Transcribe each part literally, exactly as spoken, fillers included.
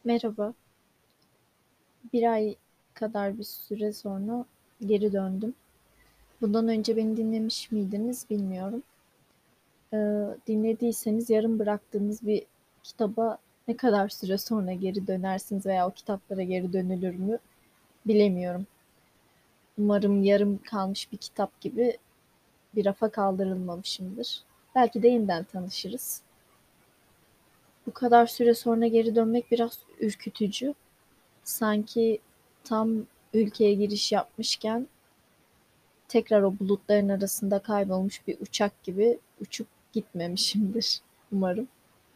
Merhaba. Bir ay kadar bir süre sonra geri döndüm. Bundan önce beni dinlemiş miydiniz bilmiyorum. Eee, dinlediyseniz yarım bıraktığınız bir kitaba ne kadar süre sonra geri dönersiniz veya o kitaplara geri dönülür mü bilemiyorum. Umarım yarım kalmış bir kitap gibi bir rafa kaldırılmamışımdır. Belki de yeniden tanışırız. Bu kadar süre sonra geri dönmek biraz ürkütücü. Sanki tam ülkeye giriş yapmışken tekrar o bulutların arasında kaybolmuş bir uçak gibi uçup gitmemişimdir umarım.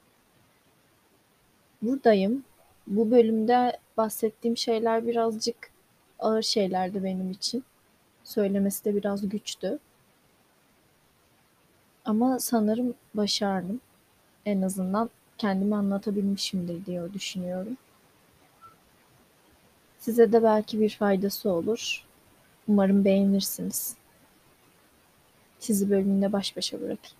Buradayım. Bu bölümde bahsettiğim şeyler birazcık ağır şeylerdi benim için. Söylemesi de biraz güçtü. Ama sanırım başardım. En azından kendimi anlatabilmişimdir diye düşünüyorum. Size de belki bir faydası olur. Umarım beğenirsiniz. Sizi bölümle baş başa bırakayım.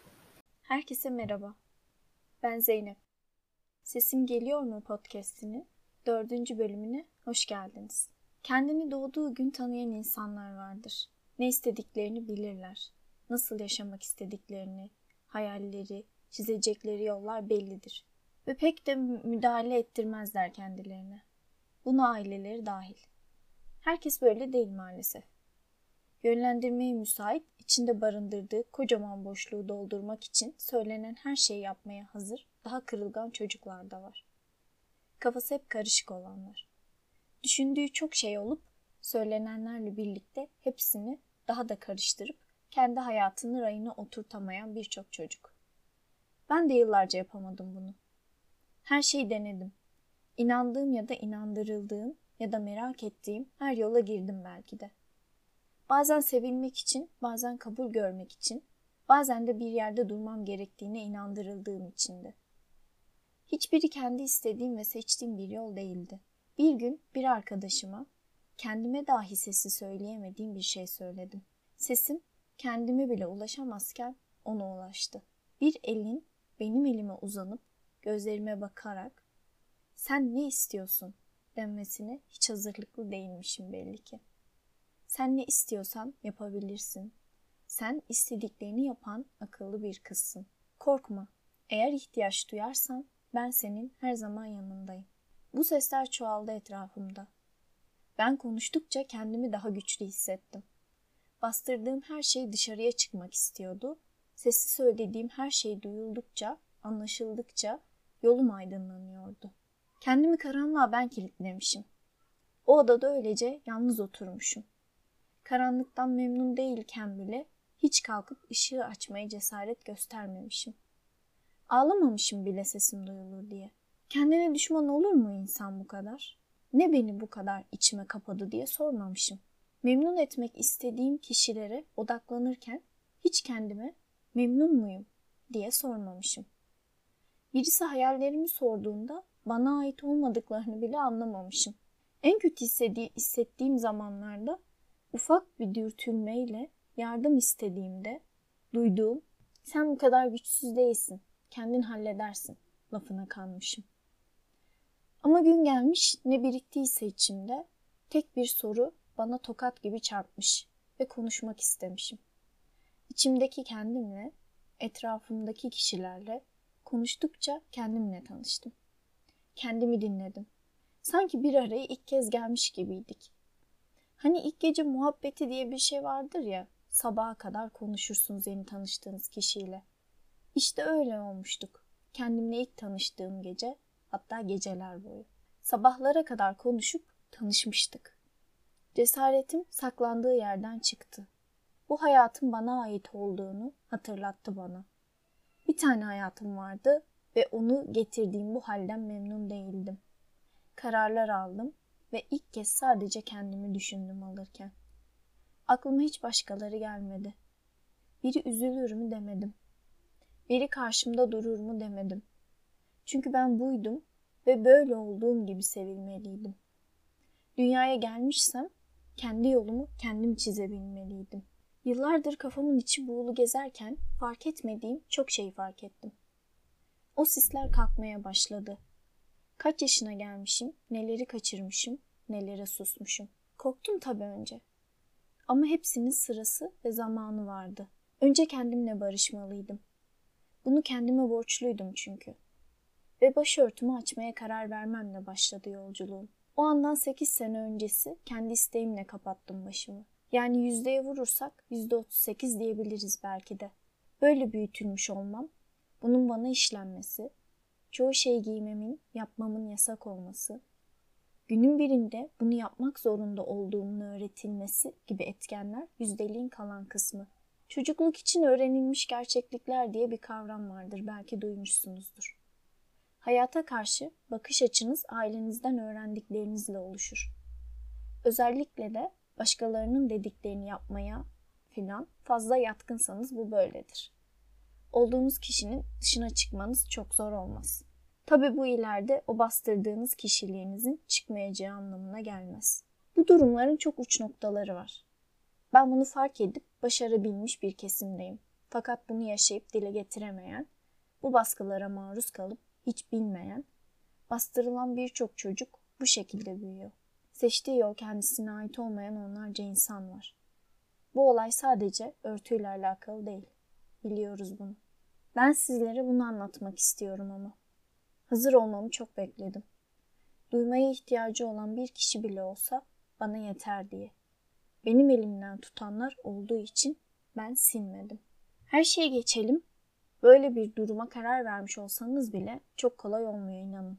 Herkese merhaba. Ben Zeynep. Sesim Geliyor mu podcast'inin dördüncü bölümüne hoş geldiniz. Kendini doğduğu gün tanıyan insanlar vardır. Ne istediklerini bilirler. Nasıl yaşamak istediklerini, hayalleri, çizecekleri yollar bellidir. Ve pek de müdahale ettirmezler kendilerine. Buna aileleri dahil. Herkes böyle değil maalesef. Yönlendirmeye müsait, içinde barındırdığı kocaman boşluğu doldurmak için söylenen her şeyi yapmaya hazır, daha kırılgan çocuklar da var. Kafası hep karışık olanlar. Düşündüğü çok şey olup, söylenenlerle birlikte hepsini daha da karıştırıp, kendi hayatını rayına oturtamayan birçok çocuk. Ben de yıllarca yapamadım bunu. Her şeyi denedim. İnandığım ya da inandırıldığım ya da merak ettiğim her yola girdim belki de. Bazen sevilmek için, bazen kabul görmek için, bazen de bir yerde durmam gerektiğine inandırıldığım içindi. Hiçbiri kendi istediğim ve seçtiğim bir yol değildi. Bir gün bir arkadaşıma kendime dahi sesi söyleyemediğim bir şey söyledim. Sesim kendime bile ulaşamazken ona ulaştı. Bir elin benim elime uzanıp gözlerime bakarak "Sen ne istiyorsun?" denmesine hiç hazırlıklı değilmişim belli ki. Sen ne istiyorsan yapabilirsin. Sen istediklerini yapan akıllı bir kızsın. Korkma. Eğer ihtiyaç duyarsan ben senin her zaman yanındayım. Bu sesler çoğaldı etrafımda. Ben konuştukça kendimi daha güçlü hissettim. Bastırdığım her şey dışarıya çıkmak istiyordu. Sesi söylediğim her şey duyuldukça, anlaşıldıkça yolum aydınlanıyordu. Kendimi karanlığa ben kilitlemişim. O odada öylece yalnız oturmuşum. Karanlıktan memnun değilken bile hiç kalkıp ışığı açmaya cesaret göstermemişim. Ağlamamışım bile sesim duyulur diye. Kendine düşman olur mu insan bu kadar? Ne beni bu kadar içime kapadı diye sormamışım. Memnun etmek istediğim kişilere odaklanırken hiç kendime memnun muyum diye sormamışım. Birisi hayallerimi sorduğunda bana ait olmadıklarını bile anlamamışım. En kötü hissettiğim zamanlarda ufak bir dürtülmeyle yardım istediğimde duyduğum "Sen bu kadar güçsüz değilsin, kendin halledersin" lafına kanmışım. Ama gün gelmiş, ne biriktiyse içimde tek bir soru bana tokat gibi çarpmış ve konuşmak istemişim. İçimdeki kendimle, etrafımdaki kişilerle konuştukça kendimle tanıştım. Kendimi dinledim. Sanki bir araya ilk kez gelmiş gibiydik. Hani ilk gece muhabbeti diye bir şey vardır ya, sabaha kadar konuşursunuz yeni tanıştığınız kişiyle. İşte öyle olmuştuk. Kendimle ilk tanıştığım gece, hatta geceler boyu. Sabahlara kadar konuşup tanışmıştık. Cesaretim saklandığı yerden çıktı. Bu hayatın bana ait olduğunu hatırlattı bana. Bir tane hayatım vardı ve onu getirdiğim bu halden memnun değildim. Kararlar aldım ve ilk kez sadece kendimi düşündüm alırken. Aklıma hiç başkaları gelmedi. Biri üzülür mü demedim. Biri karşımda durur mu demedim. Çünkü ben buydum ve böyle olduğum gibi sevilmeliydim. Dünyaya gelmişsem kendi yolumu kendim çizebilmeliydim. Yıllardır kafamın içi buğulu gezerken fark etmediğim çok şeyi fark ettim. O sisler kalkmaya başladı. Kaç yaşına gelmişim, neleri kaçırmışım, nelere susmuşum. Korktum tabii önce. Ama hepsinin sırası ve zamanı vardı. Önce kendimle barışmalıydım. Bunu kendime borçluydum çünkü. Ve başörtümü açmaya karar vermemle başladı yolculuğum. O andan sekiz sene öncesi kendi isteğimle kapattım başımı. Yani yüzdeye vurursak yüzde otuz sekiz diyebiliriz belki de. Böyle büyütülmüş olmam, bunun bana işlenmesi, çoğu şey giymemin, yapmamın yasak olması, günün birinde bunu yapmak zorunda olduğumun öğretilmesi gibi etkenler yüzdeliğin kalan kısmı. Çocukluk için öğrenilmiş gerçeklikler diye bir kavram vardır, belki duymuşsunuzdur. Hayata karşı bakış açınız ailenizden öğrendiklerinizle oluşur. Özellikle de başkalarının dediklerini yapmaya filan fazla yatkınsanız bu böyledir. Olduğunuz kişinin dışına çıkmanız çok zor olmaz. Tabii bu ileride o bastırdığınız kişiliğinizin çıkmayacağı anlamına gelmez. Bu durumların çok uç noktaları var. Ben bunu fark edip başarabilmiş bir kesimdeyim. Fakat bunu yaşayıp dile getiremeyen, bu baskılara maruz kalıp hiç bilmeyen, bastırılan birçok çocuk bu şekilde büyüyor. Seçtiği yol kendisine ait olmayan onlarca insan var. Bu olay sadece örtüyle alakalı değil. Biliyoruz bunu. Ben sizlere bunu anlatmak istiyorum ama. Hazır olmamı çok bekledim. Duymaya ihtiyacı olan bir kişi bile olsa bana yeter diye. Benim elimden tutanlar olduğu için ben sinmedim. Her şeye geçelim. Böyle bir duruma karar vermiş olsanız bile çok kolay olmuyor inanın.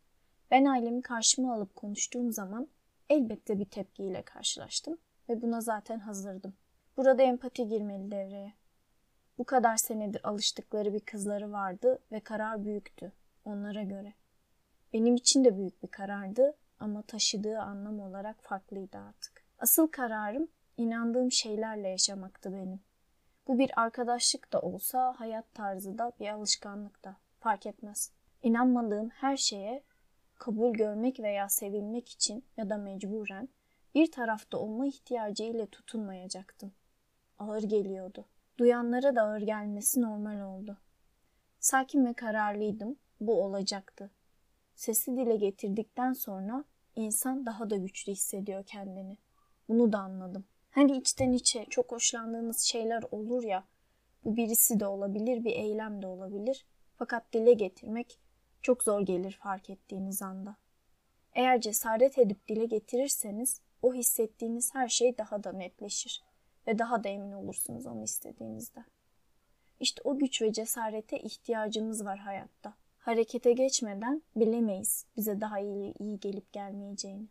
Ben ailemi karşıma alıp konuştuğum zaman elbette bir tepkiyle karşılaştım ve buna zaten hazırdım. Burada empati girmeli devreye. Bu kadar senedir alıştıkları bir kızları vardı ve karar büyüktü onlara göre. Benim için de büyük bir karardı ama taşıdığı anlam olarak farklıydı artık. Asıl kararım inandığım şeylerle yaşamaktı benim. Bu bir arkadaşlık da olsa, hayat tarzı da, bir alışkanlık da fark etmez. İnanmadığım her şeye kabul görmek veya sevilmek için ya da mecburen bir tarafta olma ihtiyacı ile tutunmayacaktım. Ağır geliyordu. Duyanlara da ağır gelmesi normal oldu. Sakin ve kararlıydım. Bu olacaktı. Sesi dile getirdikten sonra insan daha da güçlü hissediyor kendini. Bunu da anladım. Hani içten içe çok hoşlandığınız şeyler olur ya, bu birisi de olabilir, bir eylem de olabilir. Fakat dile getirmek çok zor gelir fark ettiğiniz anda. Eğer cesaret edip dile getirirseniz o hissettiğiniz her şey daha da netleşir ve daha da emin olursunuz onu istediğinizde. İşte o güç ve cesarete ihtiyacımız var hayatta. Harekete geçmeden bilemeyiz bize daha iyi, iyi gelip gelmeyeceğini.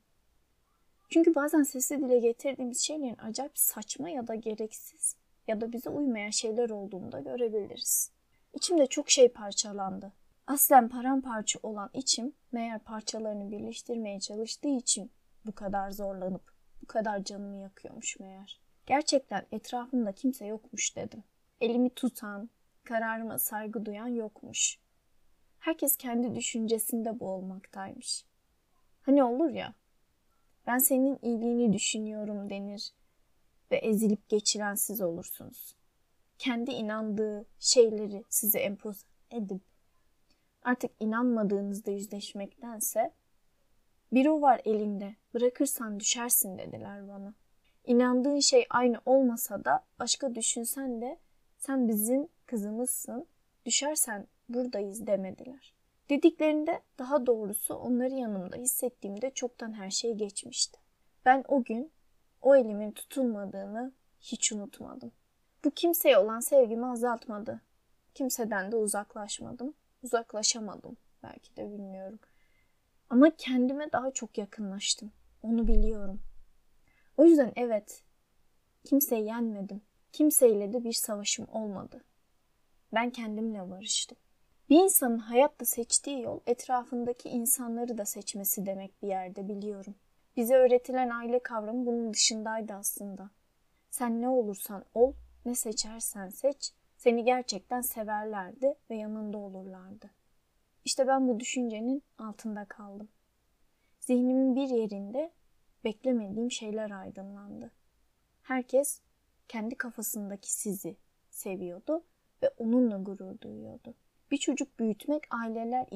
Çünkü bazen sesi dile getirdiğimiz şeylerin acayip saçma ya da gereksiz ya da bize uymayan şeyler olduğunu da görebiliriz. İçimde çok şey parçalandı. Aslen paramparça olan içim meğer parçalarını birleştirmeye çalıştığı için bu kadar zorlanıp bu kadar canımı yakıyormuş meğer. Gerçekten etrafımda kimse yokmuş dedim. Elimi tutan, kararıma saygı duyan yokmuş. Herkes kendi düşüncesinde boğulmaktaymış. Hani olur ya, ben senin iyiliğini düşünüyorum denir ve ezilip geçiren siz olursunuz. Kendi inandığı şeyleri size empoze edip artık inanmadığınızda yüzleşmektense bir o var elinde, bırakırsan düşersin dediler bana. İnandığın şey aynı olmasa da başka düşünsen de sen bizim kızımızsın, düşersen buradayız demediler. Dediklerinde daha doğrusu onları yanımda hissettiğimde çoktan her şey geçmişti. Ben o gün o elimin tutulmadığını hiç unutmadım. Bu kimseye olan sevgimi azaltmadı. Kimseden de uzaklaşmadım. Uzaklaşamadım belki de bilmiyorum. Ama kendime daha çok yakınlaştım. Onu biliyorum. O yüzden evet, kimseyi yenmedim. Kimseyle de bir savaşım olmadı. Ben kendimle barıştım. Bir insanın hayatta seçtiği yol etrafındaki insanları da seçmesi demek bir yerde biliyorum. Bize öğretilen aile kavramı bunun dışındaydı aslında. Sen ne olursan ol, ne seçersen seç, seni gerçekten severlerdi ve yanında olurlardı. İşte ben bu düşüncenin altında kaldım. Zihnimin bir yerinde beklemediğim şeyler aydınlandı. Herkes kendi kafasındaki sizi seviyordu ve onunla gurur duyuyordu. Bir çocuk büyütmek aileler için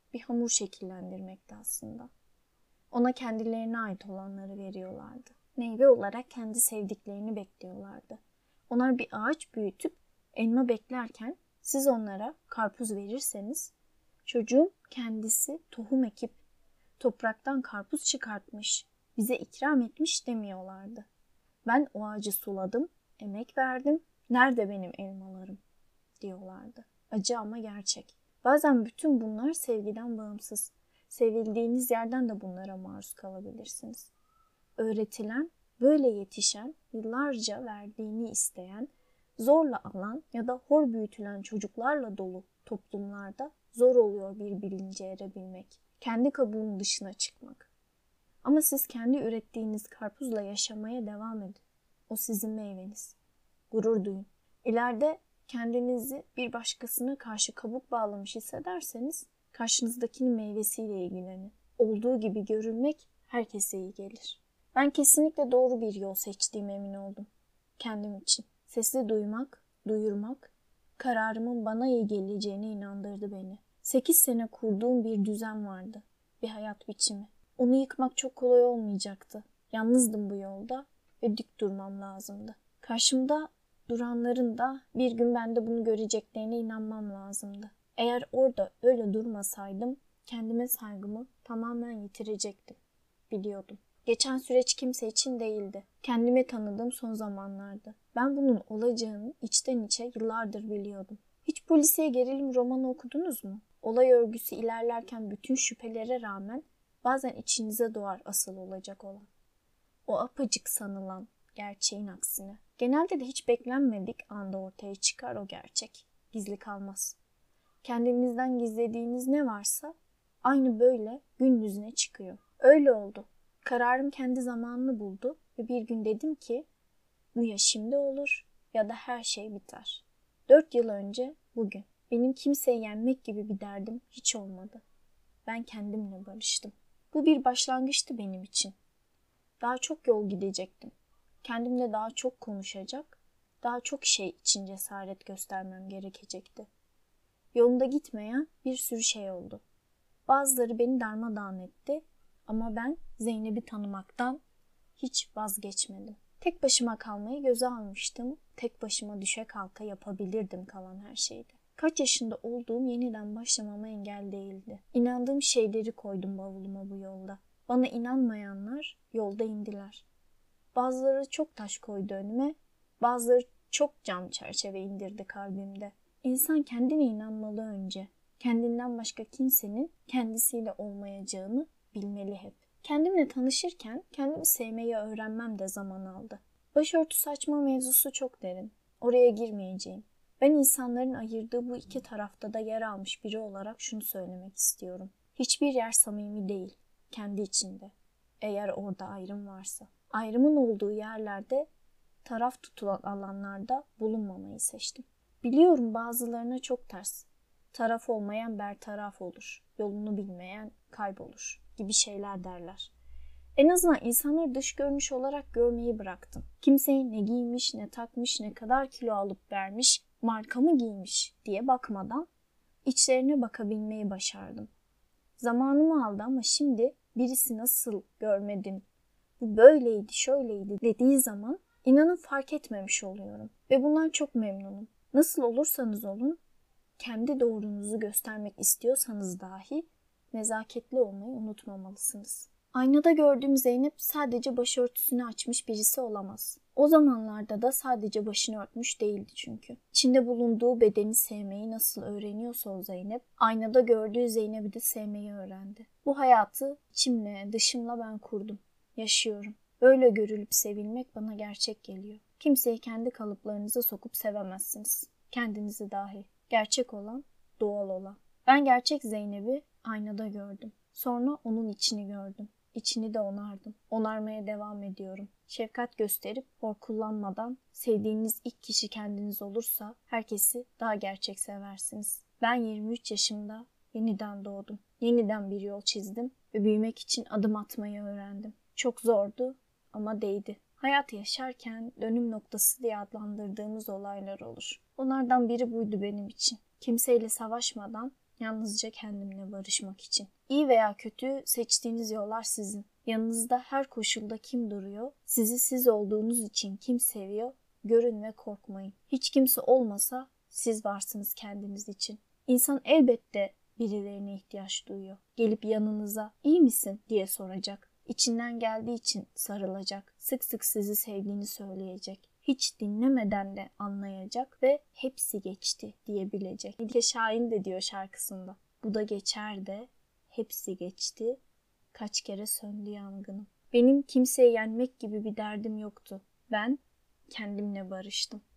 bir hamur şekillendirmekti aslında. Ona kendilerine ait olanları veriyorlardı. Meyve olarak kendi sevdiklerini bekliyorlardı. Onlar bir ağaç büyütüp elma beklerken siz onlara karpuz verirseniz çocuğum kendisi tohum ekip topraktan karpuz çıkartmış, bize ikram etmiş demiyorlardı. Ben o ağacı suladım, emek verdim, nerede benim elmalarım diyorlardı. Acı ama gerçek. Bazen bütün bunlar sevgiden bağımsız. Sevildiğiniz yerden de bunlara maruz kalabilirsiniz. Öğretilen, böyle yetişen, yıllarca verdiğini isteyen, zorla alan ya da hor büyütülen çocuklarla dolu toplumlarda zor oluyor bir bilince erebilmek. Kendi kabuğunun dışına çıkmak. Ama siz kendi ürettiğiniz karpuzla yaşamaya devam edin. O sizin meyveniz. Gurur duyun. İleride kendinizi bir başkasına karşı kabuk bağlamış hissederseniz karşınızdakinin meyvesiyle ilgilenin. Olduğu gibi görülmek herkese iyi gelir. Ben kesinlikle doğru bir yol seçtiğime emin oldum. Kendim için. Sesli duymak, duyurmak, kararımın bana iyi geleceğine inandırdı beni. Sekiz sene kurduğum bir düzen vardı. Bir hayat biçimi. Onu yıkmak çok kolay olmayacaktı. Yalnızdım bu yolda ve dik durmam lazımdı. Karşımda duranların da bir gün bende bunu göreceklerine inanmam lazımdı. Eğer orada öyle durmasaydım kendime saygımı tamamen yitirecektim. Biliyordum. Geçen süreç kimse için değildi. Kendimi tanıdığım son zamanlardı. Ben bunun olacağını içten içe yıllardır biliyordum. Hiç polisiye gerilim romanı okudunuz mu? Olay örgüsü ilerlerken bütün şüphelere rağmen bazen içinize doğar asıl olacak olan. O apacık sanılan gerçeğin aksine. Genelde de hiç beklenmedik anda ortaya çıkar o gerçek. Gizli kalmaz. Kendinizden gizlediğiniz ne varsa aynı böyle gün yüzüne çıkıyor. Öyle oldu. Kararım kendi zamanını buldu ve bir gün dedim ki bu ya şimdi olur ya da her şey biter. Dört yıl önce bugün benim kimseyi yenmek gibi bir derdim hiç olmadı. Ben kendimle barıştım. Bu bir başlangıçtı benim için. Daha çok yol gidecektim. Kendimle daha çok konuşacak, daha çok şey için cesaret göstermem gerekecekti. Yolunda gitmeyen bir sürü şey oldu. Bazıları beni darmadağın etti ama ben Zeynep'i tanımaktan hiç vazgeçmedim. Tek başıma kalmayı göze almıştım. Tek başıma düşe kalka yapabilirdim kalan her şeyde. Kaç yaşında olduğum yeniden başlamama engel değildi. İnandığım şeyleri koydum bavuluma bu yolda. Bana inanmayanlar yolda indiler. Bazıları çok taş koydu önüme, bazıları çok cam çerçeve indirdi kalbimde. İnsan kendine inanmalı önce. Kendinden başka kimsenin kendisiyle olmayacağını bilmeli hep. Kendimle tanışırken kendimi sevmeyi öğrenmem de zaman aldı. Başörtüsü açma mevzusu çok derin. Oraya girmeyeceğim. Ben insanların ayırdığı bu iki tarafta da yer almış biri olarak şunu söylemek istiyorum. Hiçbir yer samimi değil. Kendi içinde. Eğer orada ayrım varsa. Ayrımın olduğu yerlerde, taraf tutulan alanlarda bulunmamayı seçtim. Biliyorum bazılarına çok ters. Taraf olmayan bertaraf olur. Yolunu bilmeyen kaybolur gibi şeyler derler. En azından insanları dış görünüş olarak görmeyi bıraktım. Kimseyi ne giymiş, ne takmış, ne kadar kilo alıp vermiş, marka mı giymiş diye bakmadan içlerine bakabilmeyi başardım. Zamanımı aldı ama şimdi birisi nasıl görmedin, bu böyleydi, şöyleydi dediği zaman inanın fark etmemiş oluyorum. Ve bundan çok memnunum. Nasıl olursanız olun, kendi doğrunuzu göstermek istiyorsanız dahi nezaketli olmayı unutmamalısınız. Aynada gördüğüm Zeynep sadece başörtüsünü açmış birisi olamaz. O zamanlarda da sadece başını örtmüş değildi çünkü. İçinde bulunduğu bedeni sevmeyi nasıl öğreniyorsa o Zeynep, aynada gördüğü Zeynep'i de sevmeyi öğrendi. Bu hayatı içimle, dışımla ben kurdum. Yaşıyorum. Böyle görülüp sevilmek bana gerçek geliyor. Kimseyi kendi kalıplarınıza sokup sevemezsiniz. Kendinizi dahi. Gerçek olan, doğal olan. Ben gerçek Zeynep'i aynada gördüm. Sonra onun içini gördüm. İçini de onardım. Onarmaya devam ediyorum. Şefkat gösterip hor kullanmadan sevdiğiniz ilk kişi kendiniz olursa herkesi daha gerçek seversiniz. Ben yirmi üç yaşımda yeniden doğdum. Yeniden bir yol çizdim ve büyümek için adım atmayı öğrendim. Çok zordu ama değdi. Hayat yaşarken dönüm noktası diye adlandırdığımız olaylar olur. Onlardan biri buydu benim için. Kimseyle savaşmadan Yalnızca kendimle barışmak için. İyi veya kötü seçtiğiniz yollar sizin. Yanınızda her koşulda kim duruyor? Sizi siz olduğunuz için kim seviyor? Görün ve korkmayın. Hiç kimse olmasa siz varsınız kendiniz için. İnsan elbette birilerine ihtiyaç duyuyor. Gelip yanınıza iyi misin diye soracak. İçinden geldiği için sarılacak. Sık sık sizi sevdiğini söyleyecek. Hiç dinlemeden de anlayacak ve hepsi geçti diyebilecek. Melike Şahin de diyor şarkısında. Bu da geçer de hepsi geçti. Kaç kere söndü yangınım. Benim kimseyi yenmek gibi bir derdim yoktu. Ben kendimle barıştım.